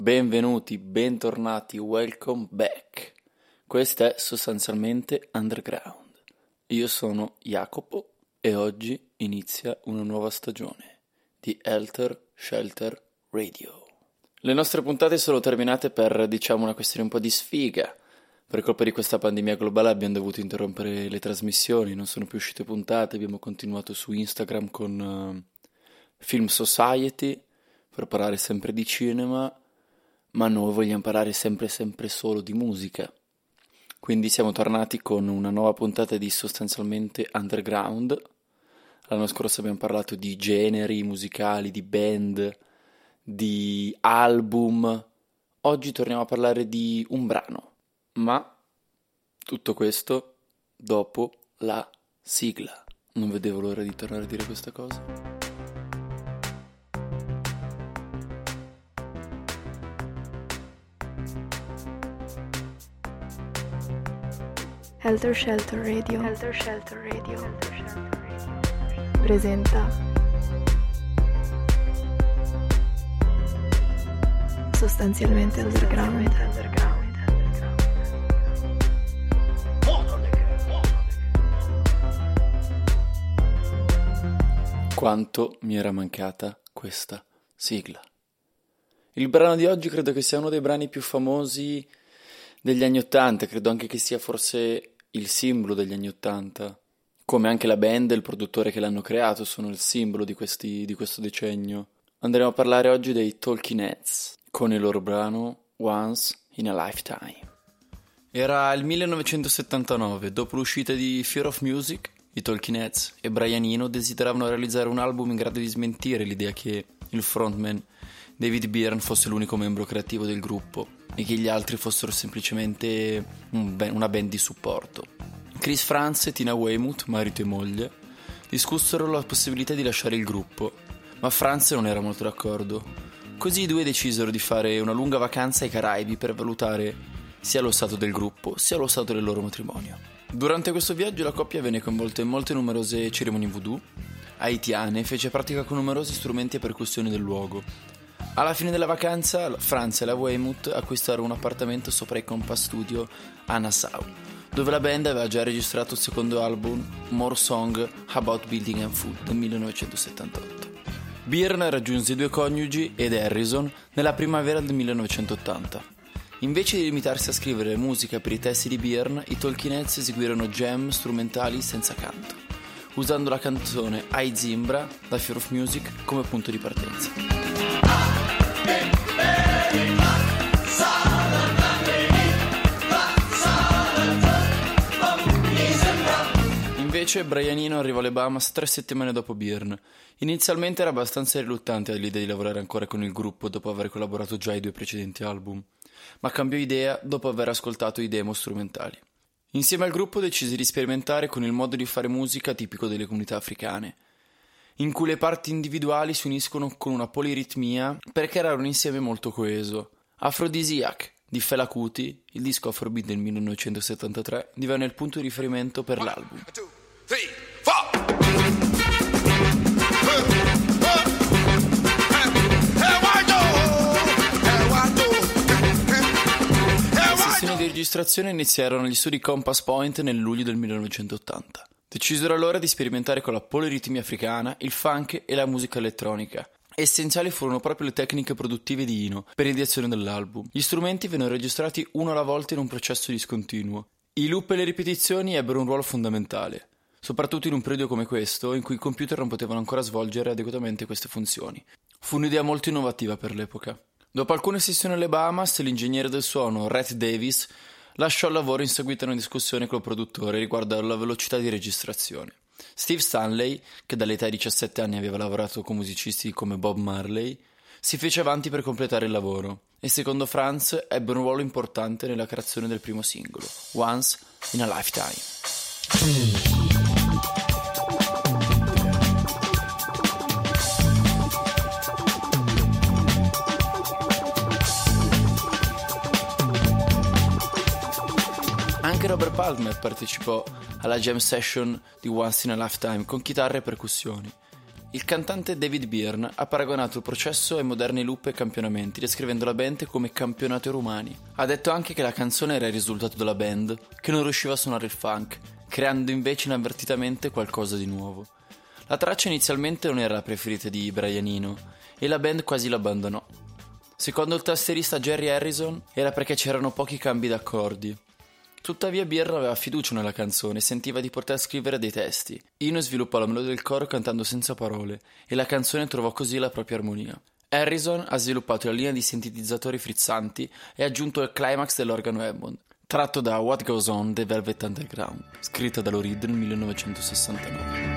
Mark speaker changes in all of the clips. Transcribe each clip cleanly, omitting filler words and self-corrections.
Speaker 1: Benvenuti, bentornati, welcome back. Questo è sostanzialmente Underground. Io sono Jacopo e oggi inizia una nuova stagione di Helter Shelter Radio. Le nostre puntate sono terminate per, una questione un po' di sfiga. Per colpa di questa pandemia globale abbiamo dovuto interrompere le trasmissioni, non sono più uscite puntate, abbiamo continuato su Instagram con Film Society per parlare sempre di cinema, ma noi vogliamo parlare sempre solo di musica. Quindi siamo tornati con una nuova puntata di sostanzialmente Underground. L'anno scorso abbiamo parlato di generi musicali, di band, di album. Oggi torniamo a parlare di un brano, ma tutto questo dopo la sigla. Non vedevo l'ora di tornare a dire questa cosa.
Speaker 2: Helter Shelter Radio presenta sostanzialmente Underground.
Speaker 1: Quanto mi era mancata questa sigla. Il brano di oggi credo che sia uno dei brani più famosi degli anni '80, credo anche che sia forse il simbolo degli anni '80, come anche la band e il produttore che l'hanno creato sono il simbolo di questo decennio. Andremo a parlare oggi dei Talking Heads con il loro brano Once in a Lifetime. Era il 1979, dopo l'uscita di Fear of Music, i Talking Heads e Brian Eno desideravano realizzare un album in grado di smentire l'idea che il frontman David Byrne fosse l'unico membro creativo del gruppo e che gli altri fossero semplicemente una band di supporto. Chris Frantz e Tina Weymouth, marito e moglie, discussero la possibilità di lasciare il gruppo, ma Frantz non era molto d'accordo. Così i due decisero di fare una lunga vacanza ai Caraibi per valutare sia lo stato del gruppo sia lo stato del loro matrimonio. Durante questo viaggio la coppia venne coinvolta in molte numerose cerimonie voodoo haitiane e fece pratica con numerosi strumenti e percussioni del luogo. Alla fine della vacanza, Frantz e la Weymouth acquistarono un appartamento sopra i Compass Studio a Nassau, dove la band aveva già registrato il secondo album, More Song About Building and Food, del 1978. Byrne raggiunse i due coniugi ed Harrison nella primavera del 1980. Invece di limitarsi a scrivere musica per i testi di Byrne, i Talking Heads eseguirono jam strumentali senza canto, usando la canzone I Zimbra da Fear of Music come punto di partenza. Invece Brian Eno arrivò alle Bahamas 3 settimane dopo Byrne. Inizialmente era abbastanza riluttante all'idea di lavorare ancora con il gruppo dopo aver collaborato già ai 2 precedenti album, ma cambiò idea dopo aver ascoltato i demo strumentali. Insieme al gruppo decise di sperimentare con il modo di fare musica tipico delle comunità africane, in cui le parti individuali si uniscono con una poliritmia per creare un insieme molto coeso. Aphrodisiac di Fela Kuti, il disco Afrobeat del 1973, divenne il punto di riferimento per l'album. Le sessioni di registrazione iniziarono agli studi Compass Point nel luglio del 1980. Decisero allora di sperimentare con la poliritmia africana, il funk e la musica elettronica. Essenziali furono proprio le tecniche produttive di Eno per l'ideazione dell'album. Gli strumenti vennero registrati uno alla volta in un processo discontinuo. I loop e le ripetizioni ebbero un ruolo fondamentale, soprattutto in un periodo come questo in cui i computer non potevano ancora svolgere adeguatamente queste funzioni. Fu un'idea molto innovativa per l'epoca. Dopo alcune sessioni alle Bahamas, l'ingegnere del suono Rhett Davis lasciò il lavoro in seguito a una discussione col produttore riguardo alla velocità di registrazione. Steve Stanley, che dall'età di 17 anni aveva lavorato con musicisti come Bob Marley, si fece avanti per completare il lavoro e secondo Frantz ebbe un ruolo importante nella creazione del primo singolo, Once in a Lifetime. Anche Robert Palmer partecipò alla jam session di Once in a Lifetime con chitarre e percussioni. Il cantante David Byrne ha paragonato il processo ai moderni loop e campionamenti, descrivendo la band come campionatori umani. Ha detto anche che la canzone era il risultato della band, che non riusciva a suonare il funk, creando invece inavvertitamente qualcosa di nuovo. La traccia inizialmente non era la preferita di Brian Eno e la band quasi l'abbandonò. Secondo il tastierista Jerry Harrison era perché c'erano pochi cambi d'accordi. Tuttavia Byrne aveva fiducia nella canzone e sentiva di poter scrivere dei testi. Eno sviluppò la melodia del coro cantando senza parole e la canzone trovò così la propria armonia. Harrison ha sviluppato la linea di sintetizzatori frizzanti e ha aggiunto il climax dell'organo Hammond, tratto da What Goes On dei Velvet Underground, scritta da Lou Reed nel 1969.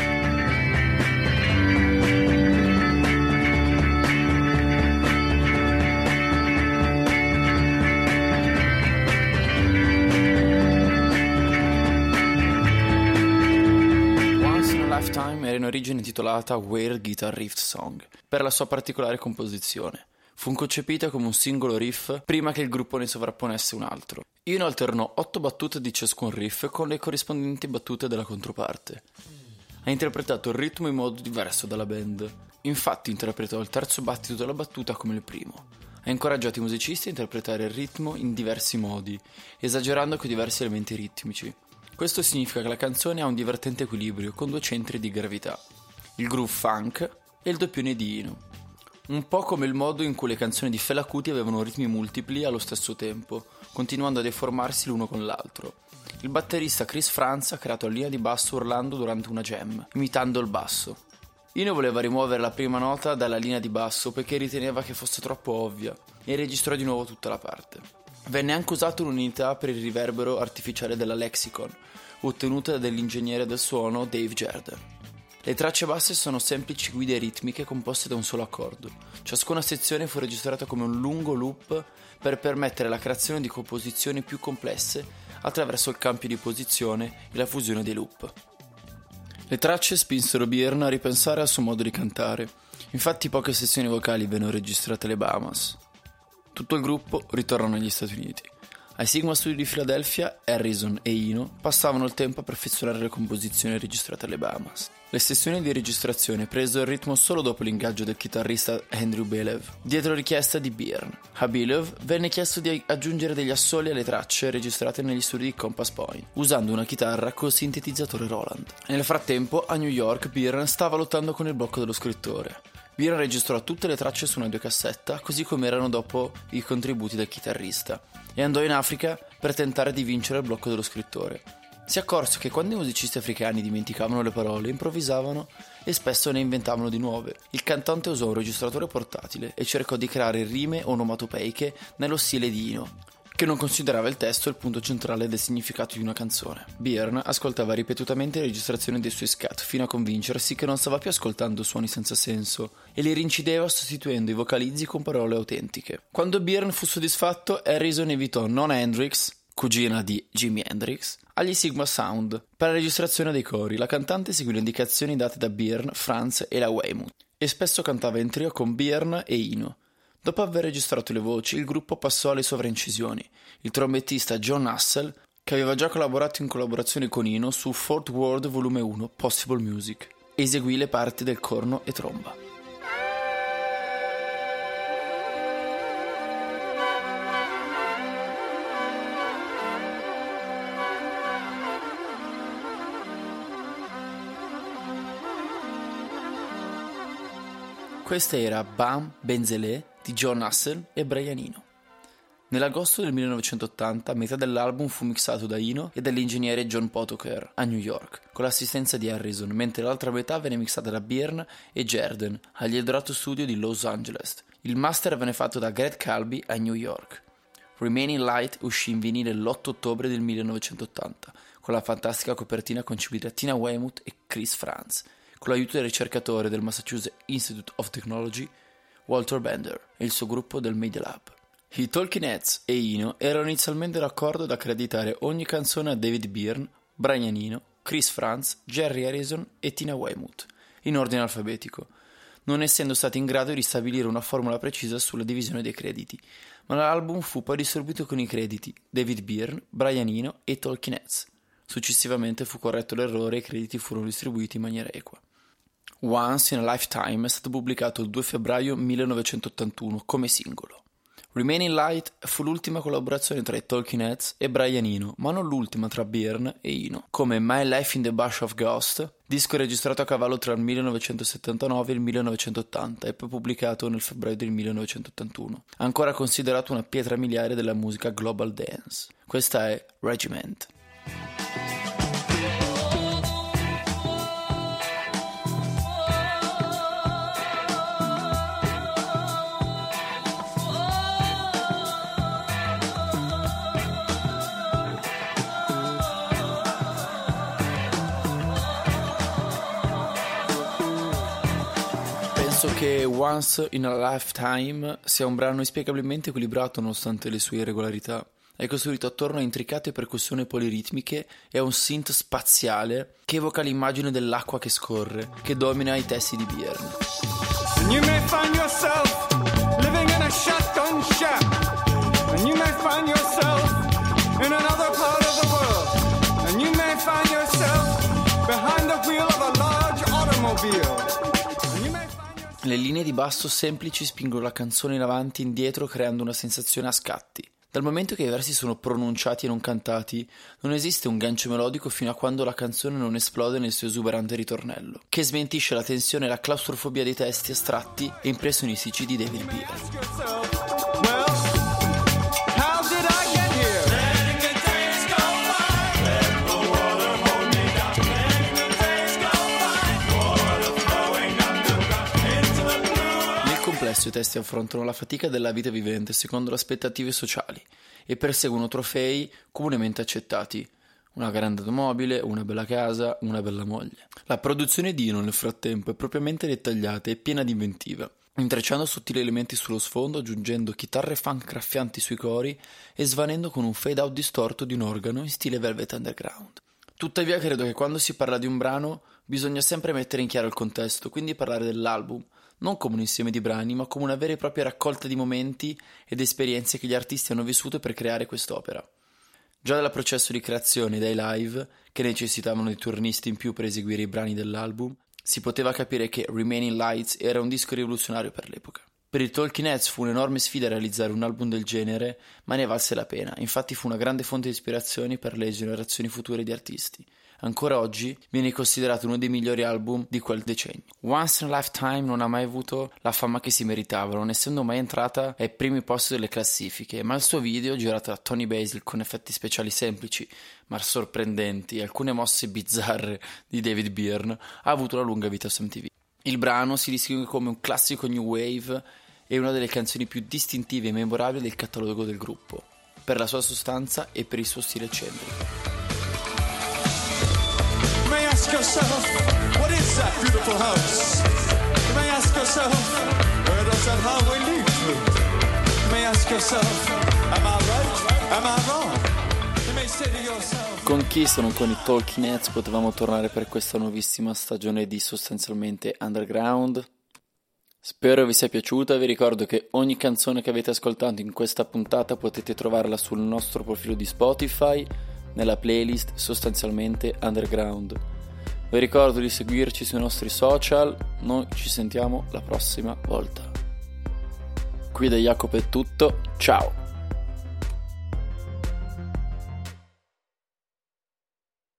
Speaker 1: Lifetime era in origine intitolata Whale Guitar Riff Song, per la sua particolare composizione. Fu concepita come un singolo riff prima che il gruppo ne sovrapponesse un altro. Eno alternò 8 battute di ciascun riff con le corrispondenti battute della controparte. Ha interpretato il ritmo in modo diverso dalla band. Infatti interpretò il terzo battito della battuta come il primo. Ha incoraggiato i musicisti a interpretare il ritmo in diversi modi, esagerando con diversi elementi ritmici. Questo significa che la canzone ha un divertente equilibrio con 2 centri di gravità, il groove funk e il doppione di Eno. Un po' come il modo in cui le canzoni di Fela Kuti avevano ritmi multipli allo stesso tempo, continuando a deformarsi l'uno con l'altro. Il batterista Chris Frantz ha creato la linea di basso urlando durante una jam, imitando il basso. Eno voleva rimuovere la prima nota dalla linea di basso perché riteneva che fosse troppo ovvia e registrò di nuovo tutta la parte. Venne anche usato un'unità per il riverbero artificiale della Lexicon, ottenuta dall'ingegnere del suono Dave Gerder. Le tracce basse sono semplici guide ritmiche composte da un solo accordo. Ciascuna sezione fu registrata come un lungo loop per permettere la creazione di composizioni più complesse attraverso il cambio di posizione e la fusione dei loop. Le tracce spinsero Byrne a ripensare al suo modo di cantare. Infatti poche sezioni vocali vennero registrate alle Bahamas. Tutto il gruppo ritornò negli Stati Uniti. Ai Sigma Studio di Filadelfia, Harrison e Eno passavano il tempo a perfezionare le composizioni registrate alle Bahamas. Le sessioni di registrazione presero il ritmo solo dopo l'ingaggio del chitarrista Andrew Belev, dietro richiesta di Byrne. A Belev venne chiesto di aggiungere degli assoli alle tracce registrate negli studi di Compass Point, usando una chitarra col sintetizzatore Roland. Nel frattempo, a New York, Byrne stava lottando con il blocco dello scrittore. Byrne registrò tutte le tracce su una videocassetta, così come erano dopo i contributi del chitarrista, e andò in Africa per tentare di vincere il blocco dello scrittore. Si accorse che quando i musicisti africani dimenticavano le parole, improvvisavano e spesso ne inventavano di nuove. Il cantante usò un registratore portatile e cercò di creare rime onomatopeiche nello stile di Eno, che non considerava il testo il punto centrale del significato di una canzone. Byrne ascoltava ripetutamente le registrazioni dei suoi scat fino a convincersi che non stava più ascoltando suoni senza senso e li rincideva sostituendo i vocalizzi con parole autentiche. Quando Byrne fu soddisfatto, Harrison invitò Nona Hendrix, cugina di Jimi Hendrix, agli Sigma Sound per la registrazione dei cori. La cantante seguì le indicazioni date da Byrne, Frantz e la Weymouth e spesso cantava in trio con Byrne e Eno. Dopo aver registrato le voci, il gruppo passò alle sovraincisioni. Il trombettista John Hassell, che aveva già collaborato in collaborazione con Eno su Fourth World Volume 1 Possible Music, eseguì le parti del corno e tromba. Questa era Bam Benzelé di John Hassell e Brian Eno. Nell'agosto del 1980 metà dell'album fu mixato da Eno e dall'ingegnere John Potoker a New York, con l'assistenza di Harrison, mentre l'altra metà venne mixata da Byrne e Jerden agli Eldorado Studio di Los Angeles. Il master venne fatto da Greg Calbi a New York. Remaining Light uscì in vinile l'8 ottobre del 1980, con la fantastica copertina concepita da Tina Weymouth e Chris Frantz, con l'aiuto del ricercatore del Massachusetts Institute of Technology, Walter Bender, e il suo gruppo del Media Lab. I Talking Heads e Eno erano inizialmente d'accordo ad accreditare ogni canzone a David Byrne, Brian Eno, Chris Frantz, Jerry Harrison e Tina Weymouth, in ordine alfabetico, non essendo stati in grado di stabilire una formula precisa sulla divisione dei crediti, ma l'album fu poi distribuito con i crediti David Byrne, Brian Eno e Talking Heads. Successivamente fu corretto l'errore e i crediti furono distribuiti in maniera equa. Once in a Lifetime è stato pubblicato il 2 febbraio 1981 come singolo. Remaining Light fu l'ultima collaborazione tra i Talking Heads e Brian Eno, ma non l'ultima tra Byrne e Eno, come My Life in the Bush of Ghost, disco registrato a cavallo tra il 1979 e il 1980 e poi pubblicato nel febbraio del 1981, ancora considerato una pietra miliare della musica global dance. Questa è Regiment. Penso che Once in a Lifetime sia un brano inspiegabilmente equilibrato nonostante le sue irregolarità. È costruito attorno a intricate percussioni poliritmiche e a un synth spaziale che evoca l'immagine dell'acqua che scorre, che domina i testi di Byrne.
Speaker 3: You may find yourself living in a shotgun shack, and you may find yourself in another part of the world, and you may find yourself behind the wheel of a large automobile.
Speaker 1: Le linee di basso semplici spingono la canzone in avanti e indietro creando una sensazione a scatti. Dal momento che i versi sono pronunciati e non cantati, non esiste un gancio melodico fino a quando la canzone non esplode nel suo esuberante ritornello, che smentisce la tensione e la claustrofobia dei testi astratti e impressionistici di David Byrne. I testi affrontano la fatica della vita vivente secondo le aspettative sociali e perseguono trofei comunemente accettati: una grande automobile, una bella casa, una bella moglie. La produzione di Eno nel frattempo è propriamente dettagliata e piena di inventiva, intrecciando sottili elementi sullo sfondo, aggiungendo chitarre funk graffianti sui cori e svanendo con un fade out distorto di un organo in stile Velvet Underground. Tuttavia credo che quando si parla di un brano bisogna sempre mettere in chiaro il contesto, quindi parlare dell'album non come un insieme di brani, ma come una vera e propria raccolta di momenti ed esperienze che gli artisti hanno vissuto per creare quest'opera. Già dal processo di creazione e dai live, che necessitavano di turnisti in più per eseguire i brani dell'album, si poteva capire che Remaining Lights era un disco rivoluzionario per l'epoca. Per i Talking Heads fu un'enorme sfida realizzare un album del genere, ma ne valse la pena. Infatti fu una grande fonte di ispirazione per le generazioni future di artisti. Ancora oggi viene considerato uno dei migliori album di quel decennio. Once in a Lifetime non ha mai avuto la fama che si meritava, non essendo mai entrata ai primi posti delle classifiche, ma il suo video, girato da Tony Basil con effetti speciali semplici ma sorprendenti e alcune mosse bizzarre di David Byrne, ha avuto una lunga vita su MTV. Il brano si distingue come un classico new wave e una delle canzoni più distintive e memorabili del catalogo del gruppo, per la sua sostanza e per il suo stile eccentrico.
Speaker 3: You may ask yourself, what is that beautiful house? You may ask yourself, where does that highway lead to? You may ask yourself, am I right? Am I wrong? You may say to yourself.
Speaker 1: Con chi sono con i Talking Heads potevamo tornare per questa nuovissima stagione di Sostanzialmente Underground. Spero vi sia piaciuta, vi ricordo che ogni canzone che avete ascoltato in questa puntata potete trovarla sul nostro profilo di Spotify, nella playlist Sostanzialmente Underground. Vi ricordo di seguirci sui nostri social, noi ci sentiamo la prossima volta. Qui da Jacopo è tutto, ciao!